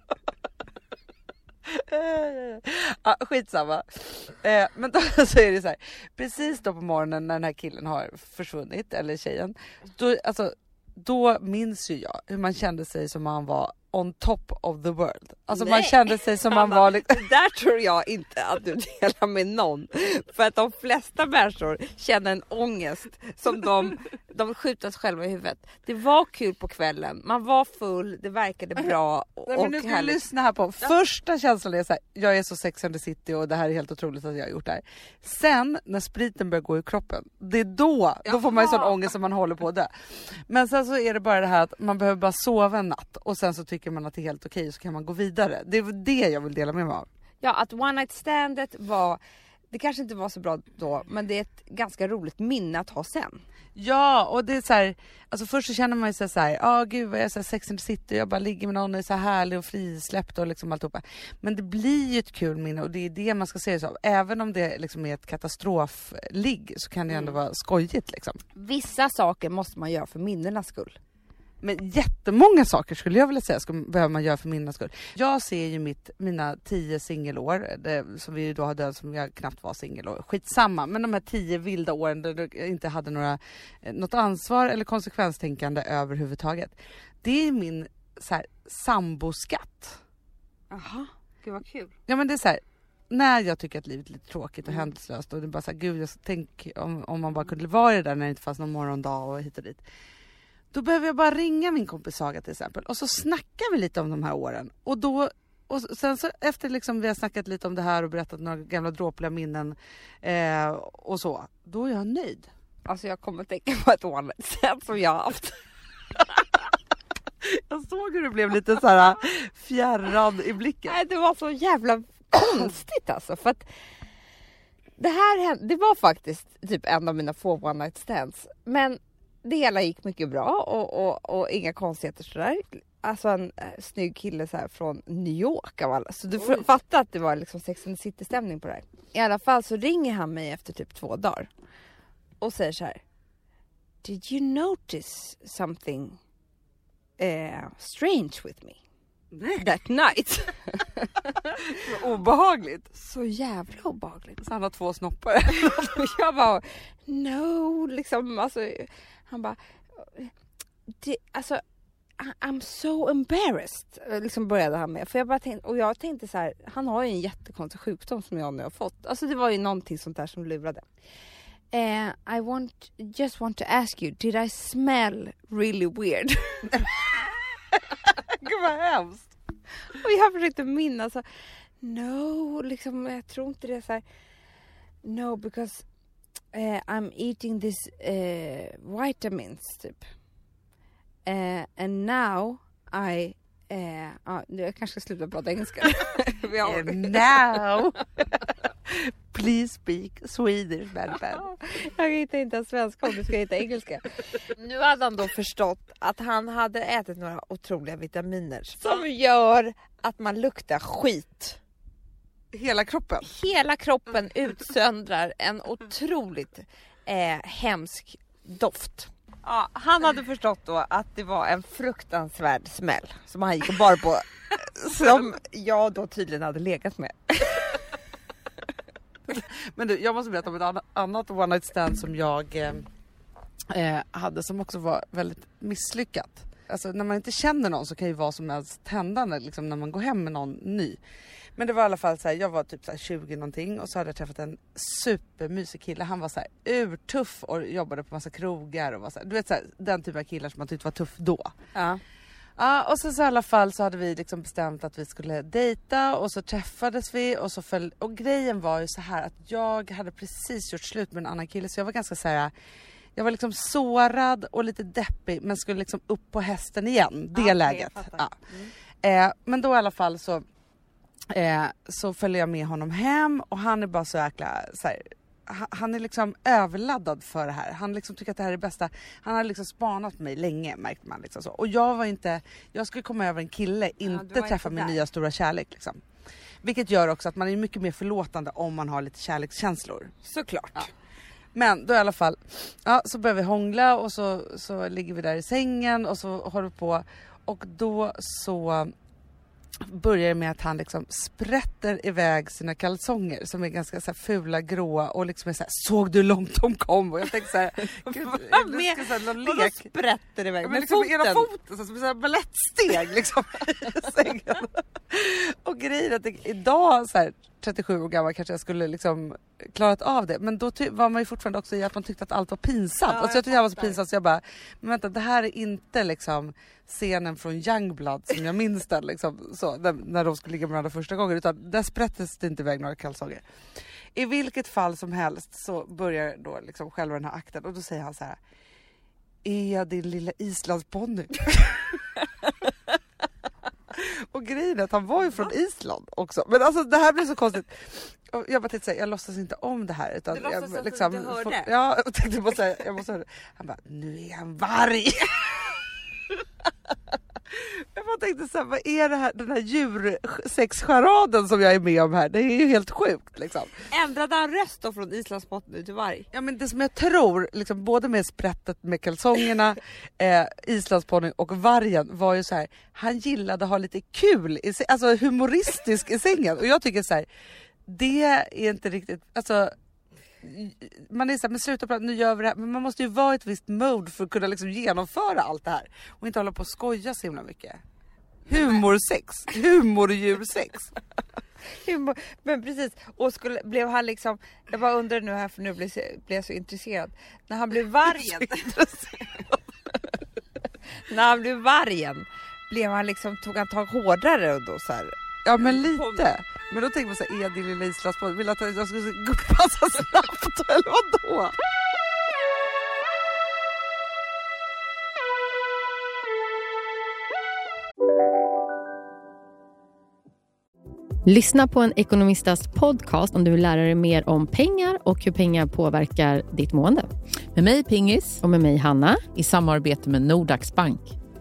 [SPEAKER 1] Ja, skitsamma. Eh, men då så är det så här. Precis då på morgonen när den här killen har försvunnit, eller tjejen, då, alltså, då minns ju jag hur man kände sig som man var on top of the world. Alltså nej, man kände sig som man var liksom...
[SPEAKER 2] Det där tror jag inte att du delar med någon. För att de flesta människor känner en ångest som de, de skjuter sig själva i huvudet. Det var kul på kvällen. Man var full, det verkade bra och
[SPEAKER 1] nej, men nu ska du lyssna här på. Första känslan är så här, jag är så Sex and the City och det här är helt otroligt att jag har gjort det här. Sen när spriten börjar gå i kroppen, det är då, då får man ju sån ångest som man håller på det. Men sen så är det bara det här att man behöver bara sova en natt och sen så tycker man att det är helt okej så kan man gå vidare. Det är det jag vill dela med mig av.
[SPEAKER 2] Ja, att one night standet var, det kanske inte var så bra då, men det är ett ganska roligt minne att ha sen.
[SPEAKER 1] Ja, och det är så här, alltså först så känner man ju sig så här, ja oh, gud vad jag är så här Sex and the City, jag bara ligger med någon och är så här härlig och frisläppt och liksom alltihopa. Men det blir ju ett kul minne och det är det man ska se det så. Även om det liksom är ett katastrofligg så kan det ändå vara skojigt liksom.
[SPEAKER 2] Vissa saker måste man göra för minnenas skull.
[SPEAKER 1] Men jättemånga saker skulle jag vilja säga ska, behöver man göra för minnas skull. Jag ser ju mitt, mina tio singelår, det, som vi då hade som jag knappt var singelår. Skitsamma, men de här tio vilda åren där jag inte hade några, något ansvar eller konsekvenstänkande överhuvudtaget. Det är min så här, samboskatt.
[SPEAKER 2] Jaha, gud vad kul.
[SPEAKER 1] Ja men det är så här, när jag tycker att livet är lite tråkigt och mm. händelselöst och det är bara så här, gud jag tänk om, om man bara kunde vara där när det inte fanns någon morgondag och hit och dit. Då behöver jag bara ringa min kompis Saga till exempel. Och så snackar vi lite om de här åren. Och då, och sen så efter liksom vi har snackat lite om det här och berättat några gamla dråpliga minnen eh, och så. Då är jag nöjd.
[SPEAKER 2] Alltså jag kommer tänka på ett one night stand som jag har haft.
[SPEAKER 1] Jag såg hur du blev lite så här fjärran i blicken.
[SPEAKER 2] Nej, det var så jävla konstigt alltså. För att det här det var faktiskt typ en av mina få one night stands. Men det hela gick mycket bra och, och, och inga konstigheter sådär. Alltså en äh, snygg kille så här från New York av alla. Så du Oj. fattar att det var liksom Sex and the City-stämning på det här. I alla fall så ringer han mig efter typ två dagar. Och säger så här: Did you notice something uh, strange with me?
[SPEAKER 1] Nej.
[SPEAKER 2] That night.
[SPEAKER 1] Obehagligt.
[SPEAKER 2] Så jävla obehagligt.
[SPEAKER 1] Så han har två snoppar.
[SPEAKER 2] Jag bara, no, liksom, alltså, han bara, det, alltså, I'm so embarrassed, liksom började han med. För jag bara tänkte, och jag tänkte så här, han har ju en jättekonstig sjukdom som jag nu har fått. Alltså det var ju någonting sånt där som lurade. Uh, I want, just want to ask you, did I smell really weird?
[SPEAKER 1] Gud vad hemskt.
[SPEAKER 2] Och jag försökte minnas så, no, liksom, jag tror inte det är så här. No, because uh, I'm eating this uh, vitamins typ. Uh, and now I Eh, ja, jag kanske ska sluta prata engelska.
[SPEAKER 1] Vi har... Now! Please speak Swedish, bad bad.
[SPEAKER 2] Jag hittar inte ens svenska om du ska hitta engelska. Nu hade han då förstått att han hade ätit några otroliga vitaminer som gör att man luktar skit.
[SPEAKER 1] Hela kroppen?
[SPEAKER 2] Hela kroppen utsöndrar en otroligt eh, hemsk doft. Ja, han hade förstått då att det var en fruktansvärd smäll som han gick och bar på. Som jag då tydligen hade legat med.
[SPEAKER 1] Men du, jag måste berätta om ett annat one night stand som jag eh, hade som också var väldigt misslyckat. Alltså när man inte känner någon så kan ju vad som helst hända när, liksom, när man går hem med någon ny. Men det var i alla fall så här, jag var typ så här tjugo någonting och så hade jag träffat en supermysig kille. Han var så här urtuff och jobbade på massa krogar och var så här, du vet så här, den typen av killar som man tyckte var tuff då.
[SPEAKER 2] Ja.
[SPEAKER 1] Ja, och så, så i alla fall så hade vi liksom bestämt att vi skulle dejta och så träffades vi och så föll, och grejen var ju så här att jag hade precis gjort slut med en annan kille så jag var ganska så här, jag var liksom sårad och lite deppig men skulle liksom upp på hästen igen, det
[SPEAKER 2] ja,
[SPEAKER 1] läget. Ja. Mm. Eh, men då i alla fall så eh, så följer jag med honom hem och han är bara så jäkla så här, han är liksom överladdad för det här. Han liksom tycker att det här är det bästa. Han har liksom spanat på mig länge, märkte man liksom så. Och jag var inte, jag skulle komma över en kille, inte
[SPEAKER 2] ja,
[SPEAKER 1] träffa
[SPEAKER 2] inte
[SPEAKER 1] min
[SPEAKER 2] där.
[SPEAKER 1] nya stora kärlek liksom. Vilket gör också att man är mycket mer förlåtande om man har lite kärlekskänslor.
[SPEAKER 2] Såklart.
[SPEAKER 1] Ja. Men då i alla fall, ja, så börjar vi hångla och så, så ligger vi där i sängen och så håller vi på. Och då så börjar det med att han liksom sprätter iväg sina kalsonger som är ganska så här fula, gråa och liksom är så här, såg du hur långt de kom? Och jag tänkte så här, gud,
[SPEAKER 2] vad med?
[SPEAKER 1] ska så här, någon
[SPEAKER 2] Och
[SPEAKER 1] lek.
[SPEAKER 2] då sprätter iväg
[SPEAKER 1] Ja,
[SPEAKER 2] med
[SPEAKER 1] liksom,
[SPEAKER 2] foten.
[SPEAKER 1] ena foten så som så här balettsteg liksom i sängen. Och grejen är att det, idag så här trettiosju år gammal kanske jag skulle liksom klarat av det. Men då ty- var man ju fortfarande också i att man tyckte att allt var pinsamt.
[SPEAKER 2] Ja,
[SPEAKER 1] alltså jag tyckte det här var så pinsamt så jag bara, men vänta, det här är inte liksom scenen från Youngblood som jag minns den liksom, så, när, när de skulle ligga med varandra första gången. Utan där sprättes det inte iväg några kalsonger. I vilket fall som helst så börjar då liksom själva den här akten. Och då säger han så här: är jag din lilla islandsponny? Och grejen är att han var ju från Island också. Men alltså det här blir så konstigt. Och jag bara tänkte säga, jag låtsas inte om det här. Utan
[SPEAKER 2] du låtsas
[SPEAKER 1] jag,
[SPEAKER 2] att
[SPEAKER 1] liksom,
[SPEAKER 2] du inte hörde?
[SPEAKER 1] For, ja, jag tänkte bara säga, jag måste höra. Han bara, nu är han varg. Jag bara tänkte så här, vad är det här, den här djursexcharaden som jag är med om här? Det är ju helt sjukt liksom.
[SPEAKER 2] Ändrade han röst då från islandsbotten till varg?
[SPEAKER 1] Ja, men det som jag tror, liksom, både med sprättet med kalsongerna, eh, islandsponny och vargen var ju så här, han gillade att ha lite kul, i, alltså humoristisk i sängen. Och jag tycker så här, det är inte riktigt, alltså man är så här, men sluta prata, nu gör vi det här. Men man måste ju vara i ett visst mode för att kunna liksom genomföra allt det här. Och inte hålla på och skoja så himla mycket. Humorsex, humordjursex.
[SPEAKER 2] Humor, men precis, och skulle, blev han liksom, jag bara undrar nu här för nu blir, blir jag så intresserad. När han blev vargen. När han blev vargen, blev han liksom, tog han tag hårdare och då så här.
[SPEAKER 1] Ja men lite. Men då tänkte man så här, är din lilla islandspodd, vill att jag skulle guppa så snabbt eller vadå?
[SPEAKER 4] Lyssna på en ekonomistas podcast om du vill lära dig mer om pengar och hur pengar påverkar ditt mående.
[SPEAKER 5] Med mig Pingis
[SPEAKER 4] och med mig Hanna
[SPEAKER 5] i samarbete med Nordax Bank.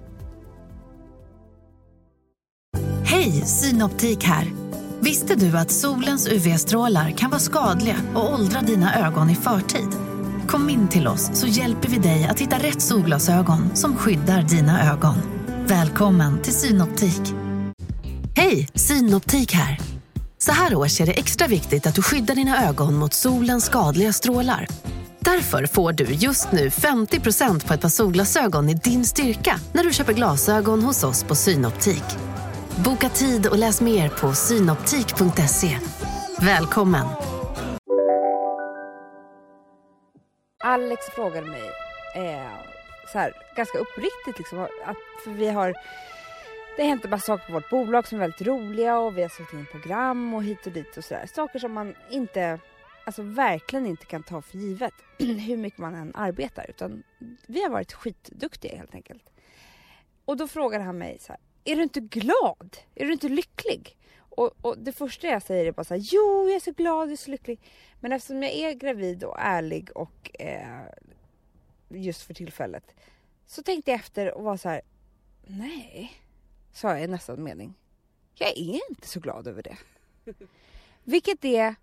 [SPEAKER 6] Hej, Synoptik här. Visste du att solens U V-strålar kan vara skadliga och åldra dina ögon i förtid? Kom in till oss så hjälper vi dig att hitta rätt solglasögon som skyddar dina ögon. Välkommen till Synoptik. Hej, Synoptik här. Så här års är det extra viktigt att du skyddar dina ögon mot solens skadliga strålar. Därför får du just nu femtio procent på ett par solglasögon i din styrka när du köper glasögon hos oss på Synoptik. Boka tid och läs mer på synoptik punkt se. Välkommen!
[SPEAKER 2] Alex frågade mig eh, så här, ganska uppriktigt liksom, att för vi har, det har hänt en massa saker på vårt bolag som är väldigt roliga och vi har satt in program och hit och dit och sådär. Saker som man inte, alltså verkligen inte kan ta för givet hur mycket man än arbetar, utan vi har varit skitduktiga helt enkelt. Och då frågade han mig så här, är du inte glad? Är du inte lycklig? Och, och det första jag säger är bara så här, jo jag är så glad, jag är så lycklig. Men eftersom jag är gravid och ärlig och eh, just för tillfället, så tänkte jag efter och var så här, nej, sa jag i nästa mening. Jag är inte så glad över det. Vilket är,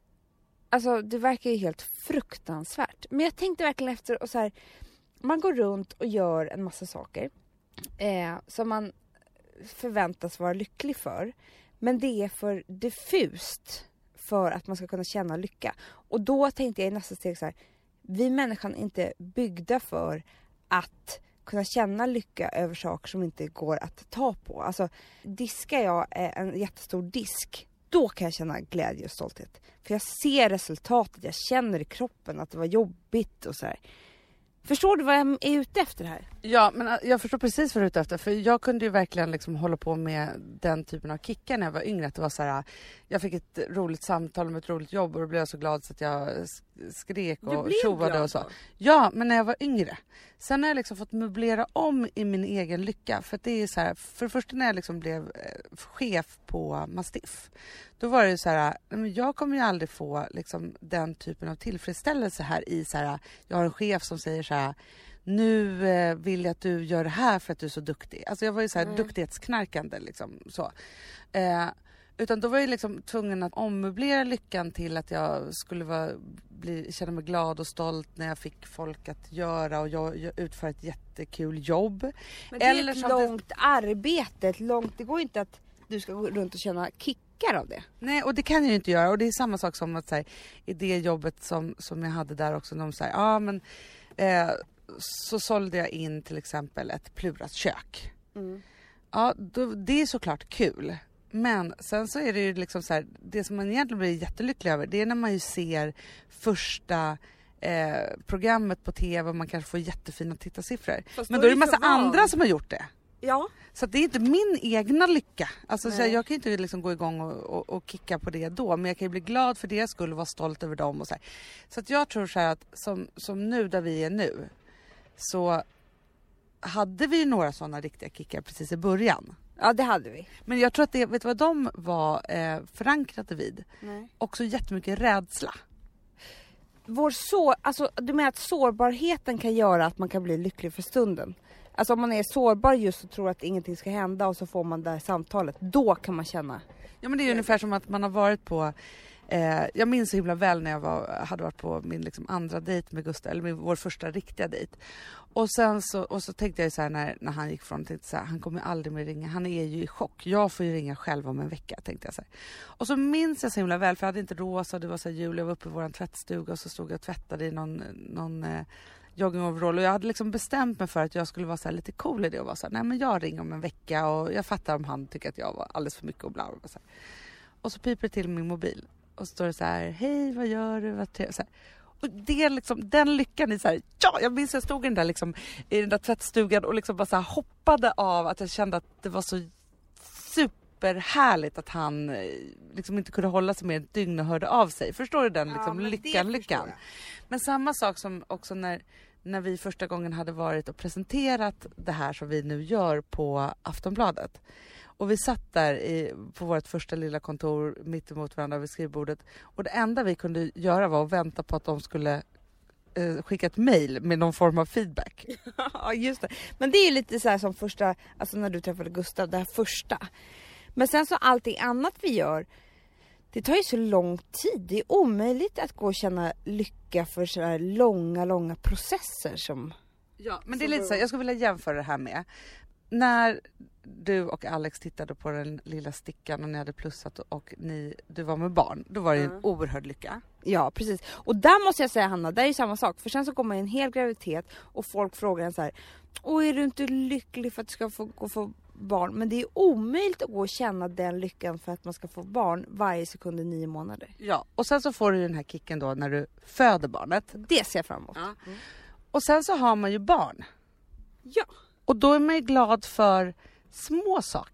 [SPEAKER 2] alltså det verkar ju helt fruktansvärt. Men jag tänkte verkligen efter och så här, man går runt och gör en massa saker eh, som man förväntas vara lycklig för. Men det är för diffust för att man ska kunna känna lycka. Och då tänkte jag i nästa steg så här, vi människan är inte byggda för att kunna känna lycka över saker som inte går att ta på. Alltså diskar jag en jättestor disk, då kan jag känna glädje och stolthet. För jag ser resultatet, jag känner i kroppen att det var jobbigt och så här. Förstår du vad jag är ute efter här?
[SPEAKER 1] Ja, men jag förstår precis vad du är ute efter. För jag kunde ju verkligen liksom hålla på med den typen av kickar när jag var yngre. Att det var så här, jag fick ett roligt samtal om ett roligt jobb och då blev jag så glad så att jag skrek och tjoade och så. Ja, men när jag var yngre. Sen har jag liksom fått möblera om i min egen lycka. För att det är så här, för det första när jag liksom blev chef på Mastiff, då var det ju så här, jag kommer ju aldrig få liksom den typen av tillfredsställelse här i så här, jag har en chef som säger så här, nu eh, vill jag att du gör det här för att du är så duktig. Alltså jag var ju så här mm. duktighetsknarkande liksom så. Eh, utan då var jag liksom tvungen att ommöblera lyckan till att jag skulle vara, bli, känna mig glad och stolt när jag fick folk att göra och jag, jag utför ett jättekul jobb.
[SPEAKER 2] Men det är Eller ett långt det... arbete, ett långt, det går ju inte att du ska gå runt och känna kickar av det.
[SPEAKER 1] Nej, och det kan jag ju inte göra. Och det är samma sak som att säga i det jobbet som, som jag hade där också. De säger, ja men eh, så sålde jag in till exempel ett plurat kök. Mm. Ja, då, det är såklart kul. Men sen så är det ju liksom så här, det som man egentligen blir jättelycklig över, det är när man ju ser första eh, programmet på tv och man kanske får jättefina tittarsiffror. Fast men då är det en massa andra som har gjort det.
[SPEAKER 2] Ja.
[SPEAKER 1] Så det är inte min egna lycka. Alltså, så jag, jag kan inte liksom gå igång och, och, och kicka på det då. Men jag kan ju bli glad för det skulle vara stolt över dem. Och så här. Så att jag tror så här att som, som nu där vi är nu, så hade vi några sådana riktiga kickar precis i början.
[SPEAKER 2] Ja, det hade vi.
[SPEAKER 1] Men jag tror att det, vet du vad de var eh, förankrade vid? Nej. Också jättemycket rädsla.
[SPEAKER 2] Vår sår, alltså, du menar att sårbarheten kan göra att man kan bli lycklig för stunden? Alltså om man är sårbar just och tror att ingenting ska hända och så får man det här samtalet, då kan man känna.
[SPEAKER 1] Ja, men det är ju ungefär som att man har varit på, eh, jag minns så himla väl när jag var, hade varit på min liksom andra dejt med Gustav, eller min, vår första riktiga dejt. Och sen så, och så tänkte jag så här när, när han gick från, tänkte så här, han kommer aldrig mer ringa, han är ju i chock. Jag får ju ringa själv om en vecka, tänkte jag så här. Och så minns jag så himla väl, för jag hade inte rosa, det var så här jul, jag var uppe i våran tvättstuga och så stod jag och tvättade i någon, någon eh, joggingoverall och jag hade liksom bestämt mig för att jag skulle vara så här lite cool i det och vara så här, nej men jag ringer om en vecka och jag fattar om han tycker att jag var alldeles för mycket och bla och så här. Och så piper det till min mobil och så står det så här, hej vad gör du, vad tre-? Så här. Och det är liksom, den lyckan är så här, ja jag minns jag stod i den där liksom, i den där tvättstugan och liksom bara så här hoppade av att jag kände att det var så superhärligt att han liksom inte kunde hålla sig med ett dygn och hörde av sig. Förstår du den liksom, ja, lyckan, lyckan? Men samma sak som också när när vi första gången hade varit och presenterat det här som vi nu gör på Aftonbladet. Och vi satt där i, på vårt första lilla kontor mitt emot varandra vid skrivbordet. Och det enda vi kunde göra var att vänta på att de skulle eh, skicka ett mejl med någon form av feedback.
[SPEAKER 2] Ja, just det. Men det är ju lite så här som första, alltså när du träffade Gustav, det här första. Men sen så allting annat vi gör, det tar ju så lång tid. Det är omöjligt att gå och känna lycka för så här långa, långa processer som...
[SPEAKER 1] Ja, men det är lite så här, jag skulle vilja jämföra det här med när du och Alex tittade på den lilla stickan och ni hade plussat och ni, du var med barn. Då var det mm. en oerhörd lycka.
[SPEAKER 2] Ja, precis. Och där måste jag säga, Hanna, det är ju samma sak. För sen så kommer en hel graviditet och folk frågar en så här, åh är du inte lycklig för att du ska få gå få barn? Men det är omöjligt att gå och känna den lyckan för att man ska få barn varje sekund i nio månader.
[SPEAKER 1] Ja, och sen så får du den här kicken då när du föder barnet.
[SPEAKER 2] Det ser jag fram emot.
[SPEAKER 1] Ja. Mm. Och sen så har man ju barn.
[SPEAKER 2] Ja.
[SPEAKER 1] Och då är man ju glad för små saker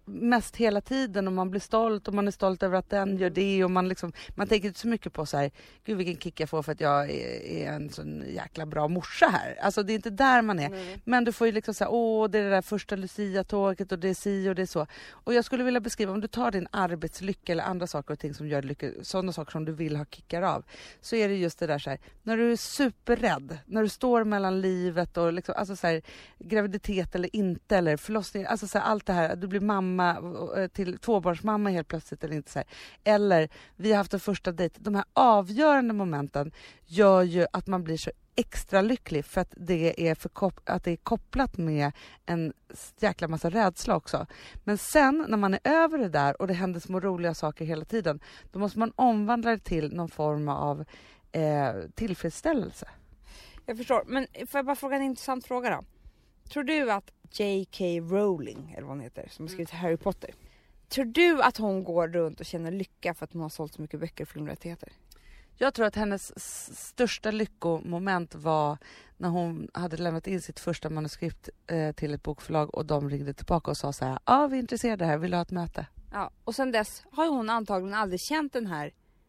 [SPEAKER 1] mest hela tiden och man blir stolt och man är stolt över att den gör det och man liksom, man tänker inte så mycket på så här, gud vilken kick jag får för att jag är, är en sån jäkla bra morsa här. Alltså det är inte där man är. Mm. Men du får ju liksom säga, åh det är det där första Lucia-tåget och det är si och det är så. Och jag skulle vilja beskriva, om du tar din arbetslycka eller andra saker och ting som gör lycka, sådana saker som du vill ha kickar av, så är det just det där så här, när du är superrädd, när du står mellan livet och liksom, alltså så här, graviditet eller inte eller förlossning, alltså så här, allt det här, du blir mamma till tvåbarnsmamma helt plötsligt eller inte så här. Eller vi har haft en första dejt. De här avgörande momenten gör ju att man blir så extra lycklig för att det är, för kop- att det är kopplat med en jäkla massa rädsla också. Men sen när man är över det där och det händer små roliga saker hela tiden, då måste man omvandla det till någon form av eh, tillfredsställelse.
[SPEAKER 2] Jag förstår, men får jag bara fråga en intressant fråga då? Tror du att J K Rowling, eller vad hon heter, som har skrivit Harry Potter, tror du att hon går runt och känner lycka för att hon har sålt så mycket böcker och filmrättigheter?
[SPEAKER 1] Jag tror att hennes största lyckomoment var när hon hade lämnat in sitt första manuskript eh, till ett bokförlag och de ringde tillbaka och sa så här, ja ah, vi är intresserade här, vill du ha ett möte?
[SPEAKER 2] Ja, och sen dess har hon antagligen aldrig känt den här,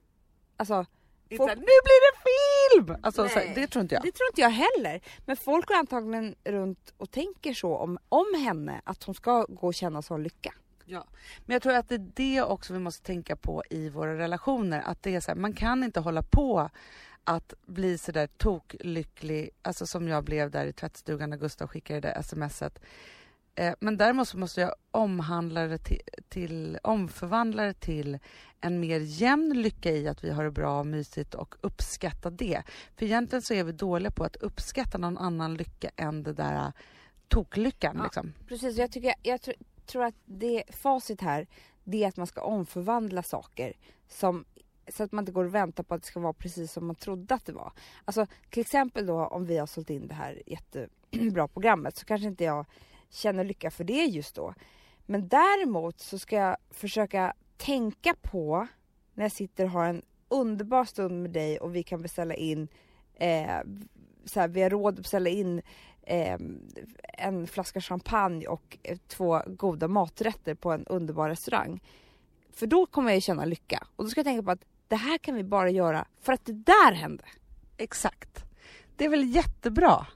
[SPEAKER 2] alltså
[SPEAKER 1] folk... nu blir det film! Alltså, så, det tror inte jag.
[SPEAKER 2] Det tror inte jag heller. Men folk går antagligen runt och tänker så om, om henne, att hon ska gå och känna sån lycka.
[SPEAKER 1] Ja, men jag tror att det är det också vi måste tänka på i våra relationer. Att det är så här, man kan inte hålla på att bli så där toklycklig, alltså som jag blev där i tvättstugan när Gustav skickade det smset. Men däremot så måste jag omhandla det till, till, omförvandla det till en mer jämn lycka i att vi har det bra och mysigt och uppskatta det. För egentligen så är vi dåliga på att uppskatta någon annan lycka än det där toklyckan. Ja, liksom.
[SPEAKER 2] Precis, jag, tycker, jag tr- tror att det facit här, det är att man ska omförvandla saker som, så att man inte går och väntar på att det ska vara precis som man trodde att det var. Alltså till exempel då om vi har sålt in det här jättebra programmet, så kanske inte jag känner lycka för det just då. Men däremot så ska jag försöka tänka på när jag sitter och har en underbar stund med dig och vi kan beställa in eh, så här, vi har råd att beställa in eh, en flaska champagne och eh, två goda maträtter på en underbar restaurang. För då kommer jag känna lycka. Och då ska jag tänka på att det här kan vi bara göra för att det där hände.
[SPEAKER 1] Exakt. Det är väl jättebra.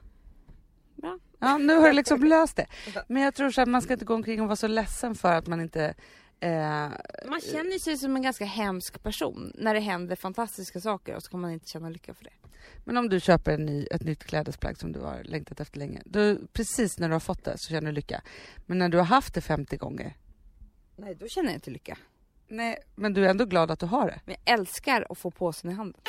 [SPEAKER 2] Bra.
[SPEAKER 1] Ja, nu har du liksom löst det. Men jag tror så att man ska inte gå omkring och vara så ledsen för att man inte... Eh...
[SPEAKER 2] Man känner sig som en ganska hemsk person när det händer fantastiska saker och så kan man inte känna lycka för det.
[SPEAKER 1] Men om du köper en ny, ett nytt klädesplagg som du har längtat efter länge, då, precis när du har fått det så känner du lycka. Men när du har haft det femtio gånger...
[SPEAKER 2] Nej, då känner jag inte lycka.
[SPEAKER 1] Nej, men du är ändå glad att du har det.
[SPEAKER 2] Men jag älskar att få påsen i handen.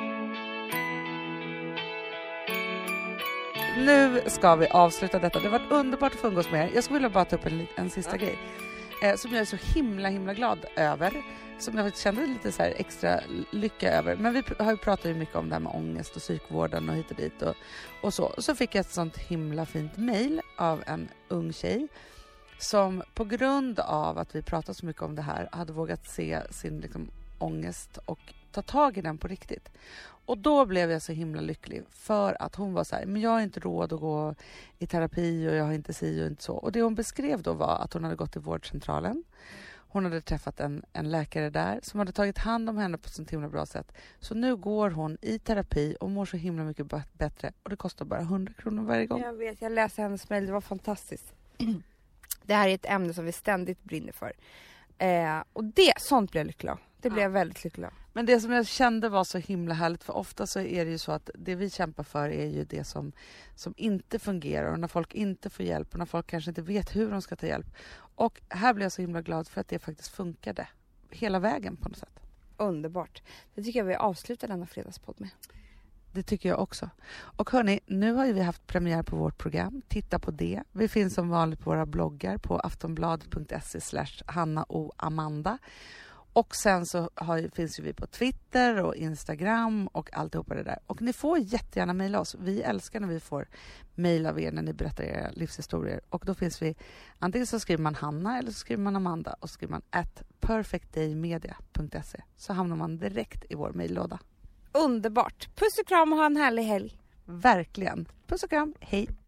[SPEAKER 1] Nu ska vi avsluta detta. Det har varit underbart att få umgås med er. Jag skulle vilja bara ta upp en, en sista ja. grej. Eh, som jag är så himla himla glad över. Som jag kände lite så här extra lycka över. Men vi har ju pratat ju mycket om det här med ångest och psykvården och hit och dit. Och, och så. Och så fick jag ett sånt himla fint mejl av en ung tjej. Som på grund av att vi pratat så mycket om det här hade vågat se sin liksom, ångest och ta tag i den på riktigt. Och då blev jag så himla lycklig för att hon var så här, men jag har inte råd att gå i terapi och jag har inte si och inte så. Och det hon beskrev då var att hon hade gått till vårdcentralen. Hon hade träffat en, en läkare där som hade tagit hand om henne på ett så himla bra sätt. Så nu går hon i terapi och mår så himla mycket b- bättre. Och det kostar bara hundra kronor varje gång.
[SPEAKER 2] Jag vet, jag läste hennes mejl, det var fantastiskt. Det här är ett ämne som vi ständigt brinner för. Eh, och det, sånt blev jag lycklig av. Det blev jag väldigt lycklig av.
[SPEAKER 1] Men det som jag kände var så himla härligt, för ofta så är det ju så att det vi kämpar för är ju det som, som inte fungerar och när folk inte får hjälp och när folk kanske inte vet hur de ska ta hjälp. Och här blev jag så himla glad för att det faktiskt funkade hela vägen på något sätt.
[SPEAKER 2] Underbart. Det tycker jag vi avslutar denna fredagspodd med.
[SPEAKER 1] Det tycker jag också. Och hörni, nu har ju vi haft premiär på vårt program. Titta på det. Vi finns som vanligt på våra bloggar på aftonbladet punkt se slash Hanna och Amanda. Och sen så har, finns ju vi på Twitter och Instagram och alltihopa det där. Och ni får jättegärna mejla oss. Vi älskar när vi får mejl av er när ni berättar era livshistorier. Och då finns vi, antingen så skriver man Hanna eller så skriver man Amanda och så skriver man at perfectdaymedia punkt se. Så hamnar man direkt i vår mejllåda.
[SPEAKER 2] Underbart. Puss och kram och ha en härlig helg.
[SPEAKER 1] Verkligen. Puss och kram. Hej.